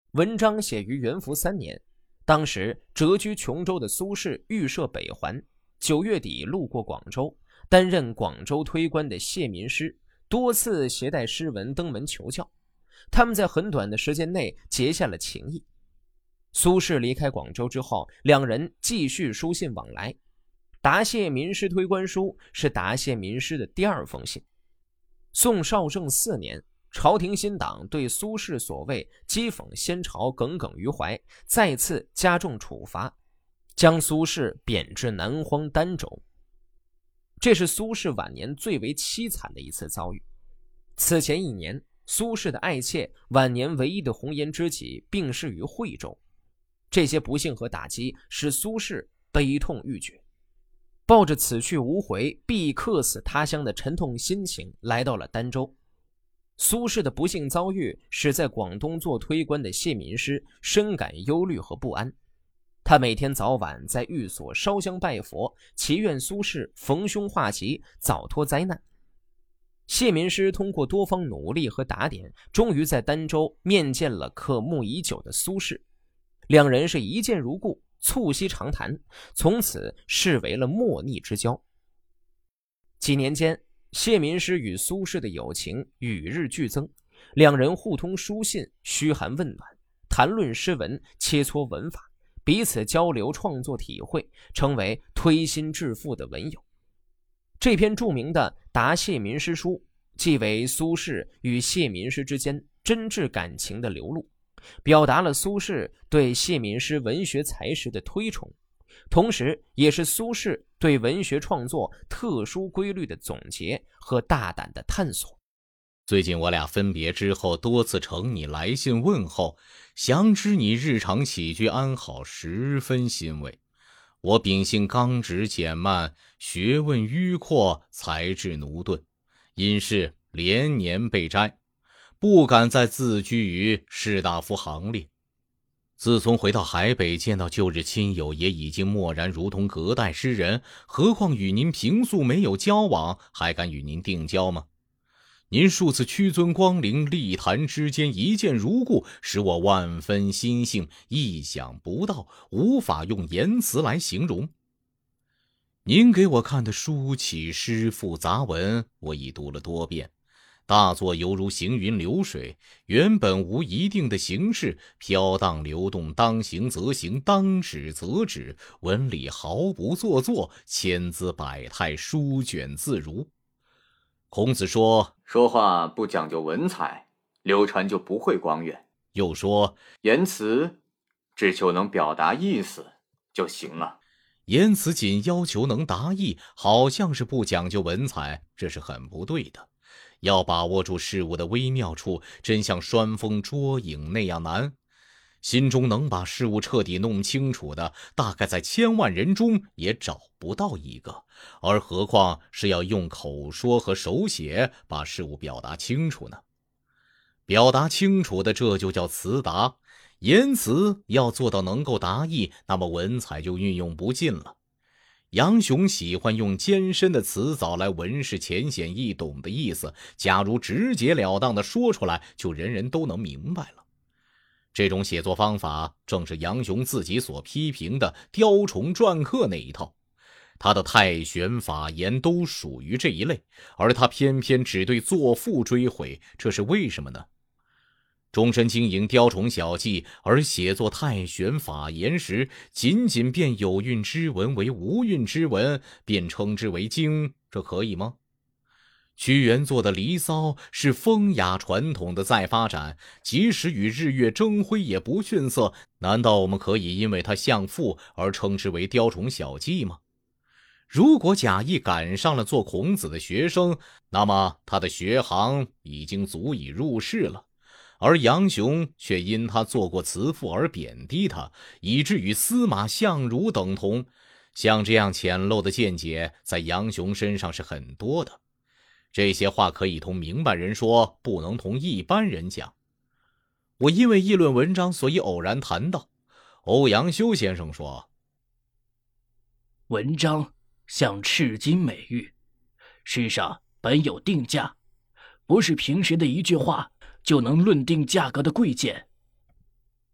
文章写于元符3年，当时谪居琼州的苏轼预设北还，9月底路过广州，担任广州推官的谢民师多次携带诗文登门求教，他们在很短的时间内结下了情谊。苏轼离开广州之后，两人继续书信往来。答谢民师推官书是答谢民师的第2封信。宋绍圣4年，朝廷新党对苏轼所谓讥讽先朝耿耿于怀，再次加重处罚，将苏轼贬至南荒儋州。这是苏轼晚年最为凄惨的一次遭遇。此前1年，苏轼的爱妾晚年唯一的红颜知己病逝于惠州。这些不幸和打击使苏轼悲痛欲绝，抱着此去无回必客死他乡的沉痛心情来到了儋州。苏轼的不幸遭遇使在广东做推官的谢民师深感忧虑和不安，他每天早晚在寓所烧香拜佛，祈愿苏轼逢凶化吉，早脱灾难。谢民师通过多方努力和打点，终于在儋州面见了渴慕已久的苏轼，两人是一见如故，促膝长谈，从此视为了莫逆之交。几年间，谢民师与苏轼的友情与日俱增，两人互通书信，嘘寒问暖，谈论诗文，切磋文法，彼此交流创作体会，成为推心置腹的文友。这篇著名的《答谢民师书》即为苏轼与谢民师之间真挚感情的流露，表达了苏轼对谢民师文学才识的推崇，同时也是苏轼对文学创作特殊规律的总结和大胆的探索。 最近我俩分别之后，多次呈你来信问候，详知你日常起居安好，十分欣慰。我秉性刚直简慢，学问迂阔，才智驽钝，因是连年被摘，不敢再自居于士大夫行列。自从回到海北，见到旧日亲友，也已经默然如同隔代诗人，何况与您平素没有交往，还敢与您定交吗？您数次屈尊光临，立谈之间一见如故，使我万分心幸，意想不到，无法用言辞来形容。您给我看的书起诗赋杂文，我已读了多遍，大作犹如行云流水，原本无一定的形式，飘荡流动，当行则行，当止则止，文理毫不做作，千姿百态，书卷自如。孔子说， 说话不讲究文采，流传就不会光远。 又说， 言辞只求能表达意思就行了。 言辞仅要求能达意，好像是不讲究文采，这是很不对的。要把握住事物的微妙处，真像拴风捉影那样难。心中能把事物彻底弄清楚的，大概在千万人中也找不到一个，而何况是要用口说和手写把事物表达清楚呢？表达清楚的，这就叫词达。言辞要做到能够达意，那么文采就运用不尽了。杨雄喜欢用艰深的词藻来文饰浅显易懂的意思，假如直截了当的说出来，就人人都能明白了。这种写作方法正是杨雄自己所批评的雕虫篆刻那一套，他的太玄法言都属于这一类，而他偏偏只对作赋追悔，这是为什么呢？终身经营雕虫小技，而写作太玄法言时，仅仅变有韵之文为无韵之文，便称之为经，这可以吗？屈原做的《离骚》是风雅传统的再发展，即使与日月争辉也不逊色，难道我们可以因为它像赋而称之为雕虫小技吗？如果贾谊赶上了做孔子的学生，那么他的学行已经足以入世了，而杨雄却因他做过词赋而贬低他，以致与司马相如等同。像这样浅陋的见解，在杨雄身上是很多的。这些话可以同明白人说，不能同一般人讲。我因为议论文章，所以偶然谈到。欧阳修先生说， 文章像赤金美玉，世上本有定价，不是平时的一句话就能论定价格的贵贱。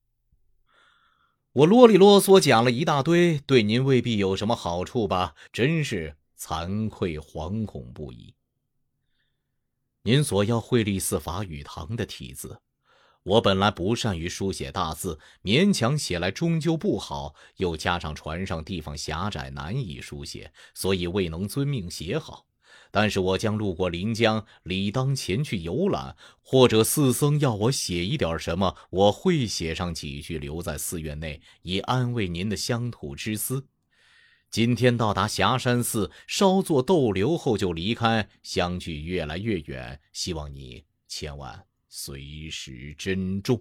我啰里啰嗦讲了一大堆，对您未必有什么好处吧？真是惭愧惶恐不已。您所要惠利寺法语堂的题字，我本来不善于书写大字，勉强写来终究不好，又加上船上地方狭窄，难以书写，所以未能遵命写好。但是我将路过临江，理当前去游览，或者寺僧要我写一点什么，我会写上几句留在寺院内，以安慰您的乡土之思。今天到达霞山寺，稍作逗留后就离开，相距越来越远，希望你千万随时珍重。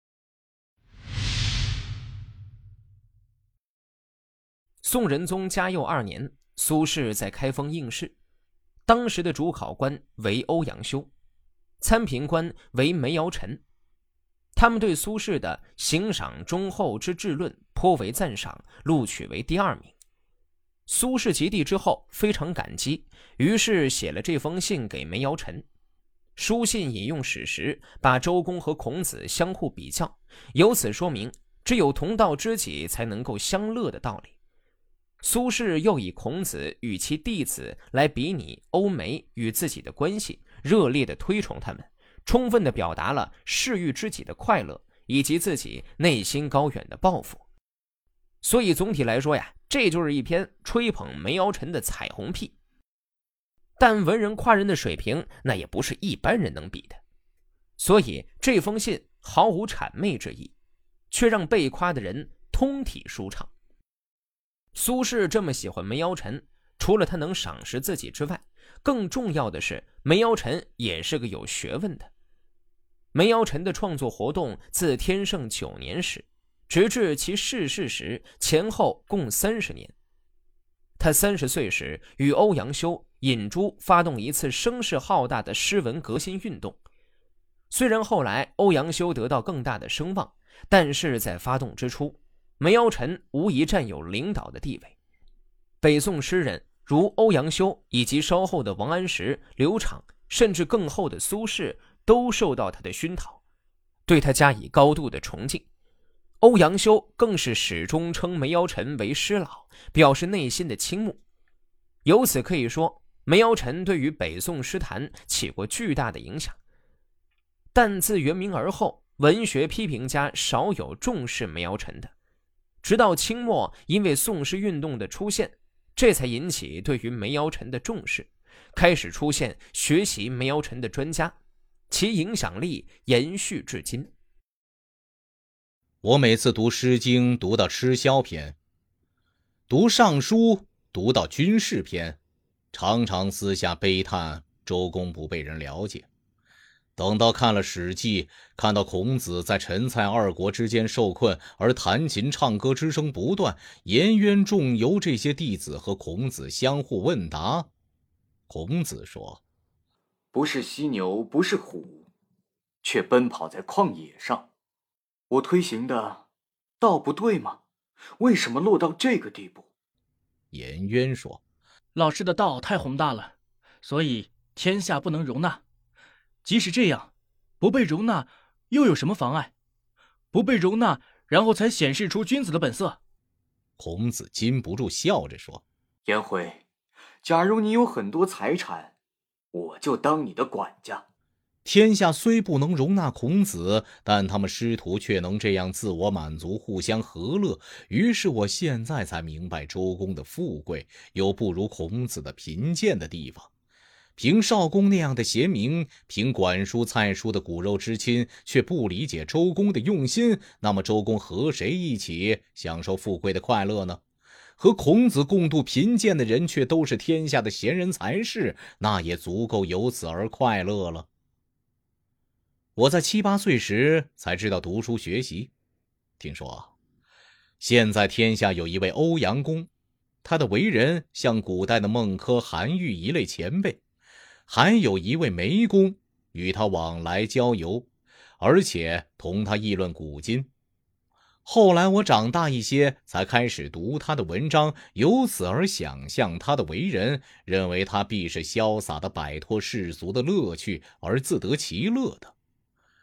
宋仁宗嘉佑2年，苏轼在开封应试，当时的主考官为欧阳修，参评官为梅尧臣。他们对苏轼的行赏忠厚之治论颇为赞赏，录取为第2名。苏轼及第之后非常感激，于是写了这封信给梅尧臣。书信引用史实，把周公和孔子相互比较，由此说明只有同道知己才能够相乐的道理。苏轼又以孔子与其弟子来比拟欧梅与自己的关系，热烈地推崇他们，充分地表达了士欲知己的快乐，以及自己内心高远的抱负。所以总体来说呀，这就是一篇吹捧梅尧臣的彩虹屁。但文人夸人的水平，那也不是一般人能比的。所以这封信毫无谄媚之意，却让被夸的人通体舒畅。苏轼这么喜欢梅尧臣，除了他能赏识自己之外，更重要的是梅尧臣也是个有学问的。梅尧臣的创作活动自天圣9年始，直至其逝世时前后共30年。他30岁时与欧阳修、尹洙发动一次声势浩大的诗文革新运动。虽然后来欧阳修得到更大的声望，但是在发动之初，梅尧臣无疑占有领导的地位。北宋诗人如欧阳修以及稍后的王安石、刘昶，甚至更后的苏轼，都受到他的熏陶，对他加以高度的崇敬。欧阳修更是始终称梅尧臣为师老，表示内心的倾慕。由此可以说，梅尧臣对于北宋诗坛起过巨大的影响。但自元明而后，文学批评家少有重视梅尧臣的，直到清末因为宋诗运动的出现，这才引起对于梅尧臣的重视，开始出现学习梅尧臣的专家，其影响力延续至今。 我每次读《诗经》读到吃宵篇，读《尚书》读到军事篇，常常私下悲叹周公不被人了解。等到看了《史记》，看到孔子在陈蔡2国之间受困，而弹琴唱歌之声不断，颜渊、仲由这些弟子和孔子相互问答。孔子说：“ 不是犀牛，不是虎，却奔跑在旷野上。我推行的道不对吗？为什么落到这个地步？” 颜渊说：“ 老师的道太宏大了，所以天下不能容纳。即使这样，不被容纳又有什么妨碍？不被容纳，然后才显示出君子的本色。” 孔子禁不住笑着说：“ 颜回，假如你有很多财产，我就当你的管家。” 天下虽不能容纳孔子，但他们师徒却能这样自我满足，互相和乐。于是我现在才明白，周公的富贵有不如孔子的贫贱的地方。凭少公那样的贤明，凭管叔、蔡叔的骨肉之亲，却不理解周公的用心，那么周公和谁一起享受富贵的快乐呢？和孔子共度贫贱的人却都是天下的贤人才士，那也足够由此而快乐了。我在7、8岁时才知道读书学习。听说现在天下有一位欧阳公，他的为人像古代的孟轲、韩愈一类前辈，还有一位梅公，与他往来交游，而且同他议论古今。后来我长大一些，才开始读他的文章，由此而想象他的为人，认为他必是潇洒的摆脱世俗的乐趣而自得其乐的。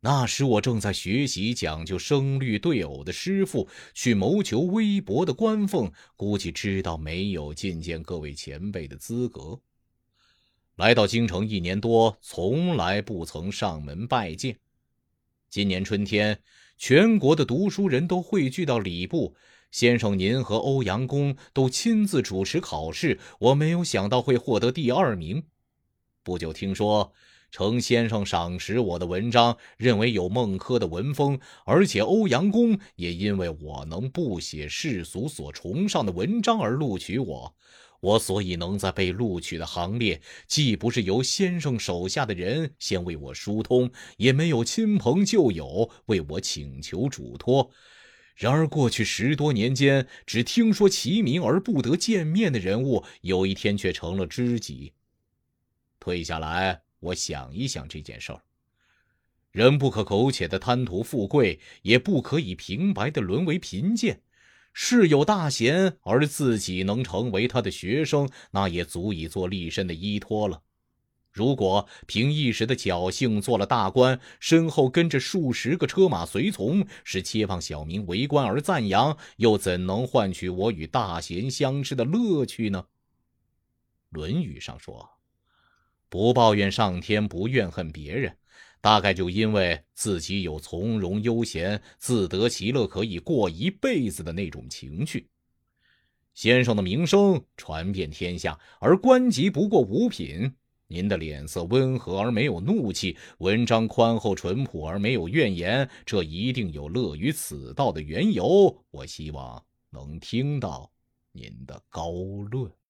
那时我正在学习讲究声律对偶的师傅，去谋求微薄的官俸，估计知道没有觐见各位前辈的资格。来到京城1年多，从来不曾上门拜见。今年春天，全国的读书人都汇聚到礼部，先生您和欧阳公都亲自主持考试，我没有想到会获得第2名。不久听说程先生赏识我的文章，认为有孟轲的文风，而且欧阳公也因为我能不写世俗所崇尚的文章而录取我。我所以能在被录取的行列，既不是由先生手下的人先为我疏通，也没有亲朋旧友为我请求嘱托。然而过去10多年间，只听说其名而不得见面的人物，有一天却成了知己。退下来，我想一想这件事儿。人不可苟且的贪图富贵，也不可以平白的沦为贫贱。世有大贤，而自己能成为他的学生，那也足以做立身的依托了。如果凭一时的侥幸做了大官，身后跟着数十个车马随从，使街坊小民围观而赞扬，又怎能换取我与大贤相知的乐趣呢？论语上说，不抱怨上天，不怨恨别人，大概就因为自己有从容悠闲、自得其乐可以过一辈子的那种情趣。先生的名声传遍天下，而官级不过5品。您的脸色温和而没有怒气，文章宽厚淳朴而没有怨言，这一定有乐于此道的缘由。我希望能听到您的高论。